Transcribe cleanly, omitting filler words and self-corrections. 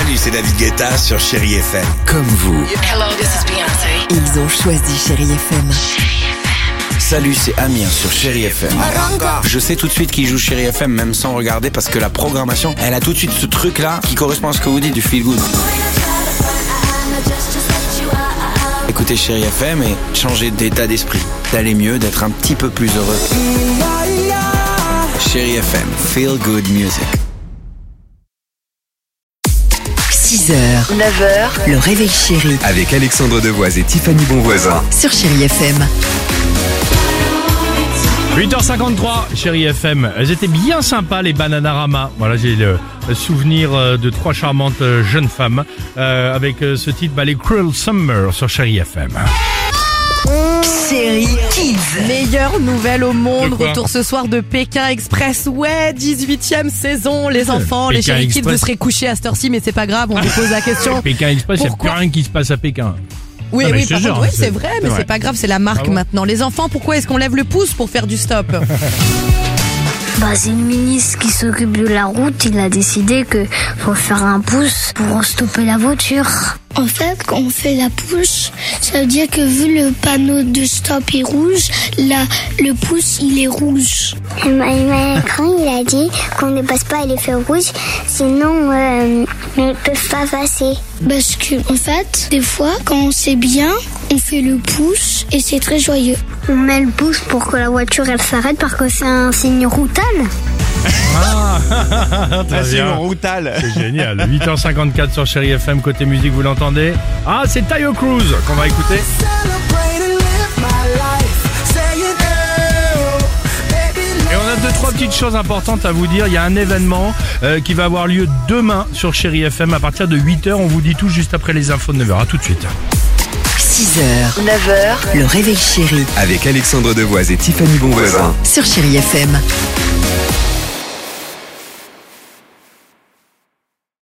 Salut, c'est David Guetta sur Chérie FM. Comme vous. Hello, this is Beyoncé. Ils ont choisi Chérie FM. Salut, c'est Amir sur Chérie FM. Je sais tout de suite qui joue Chérie FM, même sans regarder, parce que la programmation, elle a tout de suite ce truc-là qui correspond à ce que vous dites du feel good. Écoutez Chérie FM et changez d'état d'esprit, d'aller mieux, d'être un petit peu plus heureux. Chérie FM, feel good music. 6h, 9h, le réveil chéri Avec Alexandre Devoise et Tiffany Bonvoisin. sur Chérie FM. 8h53, Chérie FM. Elles étaient bien sympas, les Bananarama. Voilà, j'ai le souvenir de trois charmantes jeunes femmes avec ce titre, les Cruel Summer sur Chérie FM. Chérie Kids. Meilleure nouvelle au monde, De quoi? retour ce soir de Pékin Express, ouais, 18e saison, les enfants, les Pékin Chérie Kids, Express. vous serez couchés à cette heure-ci, mais c'est pas grave, on vous pose la question. Pékin Express, il n'y a Pourquoi plus rien qui se passe à Pékin. Oui, Non, mais oui, je te par jure, contre, oui, c'est- c'est vrai, mais c'est c'est vrai. pas grave, c'est la marque Ah bon maintenant. Les enfants, pourquoi est-ce qu'on lève le pouce pour faire du stop? C'est le ministre qui s'occupe de la route, il a décidé que faut faire un pouce pour stopper la voiture. En fait, quand on fait la pouce, ça veut dire que vu le panneau de stop est rouge, le pouce il est rouge. Macron, il a dit qu'on ne passe pas les feux rouges, sinon ils ne peuvent pas passer. Parce que, en fait, des fois, quand on sait bien, on fait le pouce et c'est très joyeux. On met le pouce pour que la voiture elle s'arrête parce que c'est un signe routal. Très bien. C'est génial. 8h54 sur Chérie FM, côté musique, vous l'entendez. Ah, c'est Tayo Cruz qu'on va écouter. Et on a deux, trois petites choses importantes à vous dire. Il y a un événement qui va avoir lieu demain sur Chérie FM à partir de 8h. On vous dit tout juste après les infos de 9h. À tout de suite. 6h, 9h, le réveil chéri Avec Alexandre Devoise et Tiffany Bonvoisin. sur Chérie FM.